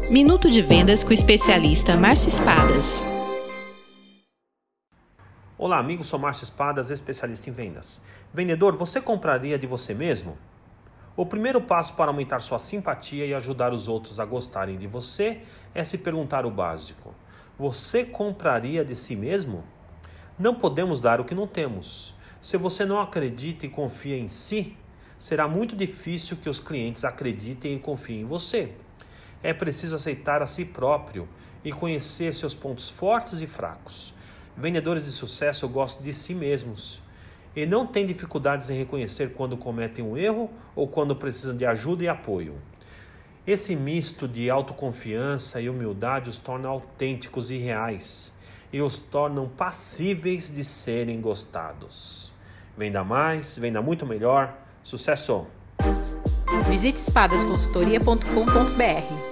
Minuto de Vendas com o especialista Márcio Espadas. Olá amigos, sou Márcio Espadas, especialista em vendas. Vendedor, você compraria de você mesmo? O primeiro passo para aumentar sua simpatia e ajudar os outros a gostarem de você é se perguntar o básico. Você compraria de si mesmo? Não podemos dar o que não temos. Se você não acredita e confia em si, será muito difícil que os clientes acreditem e confiem em você. É preciso aceitar a si próprio e conhecer seus pontos fortes e fracos. Vendedores de sucesso gostam de si mesmos e não têm dificuldades em reconhecer quando cometem um erro ou quando precisam de ajuda e apoio. Esse misto de autoconfiança e humildade os torna autênticos e reais e os tornam passíveis de serem gostados. Venda mais, venda muito melhor. Sucesso! Visite espadasconsultoria.com.br.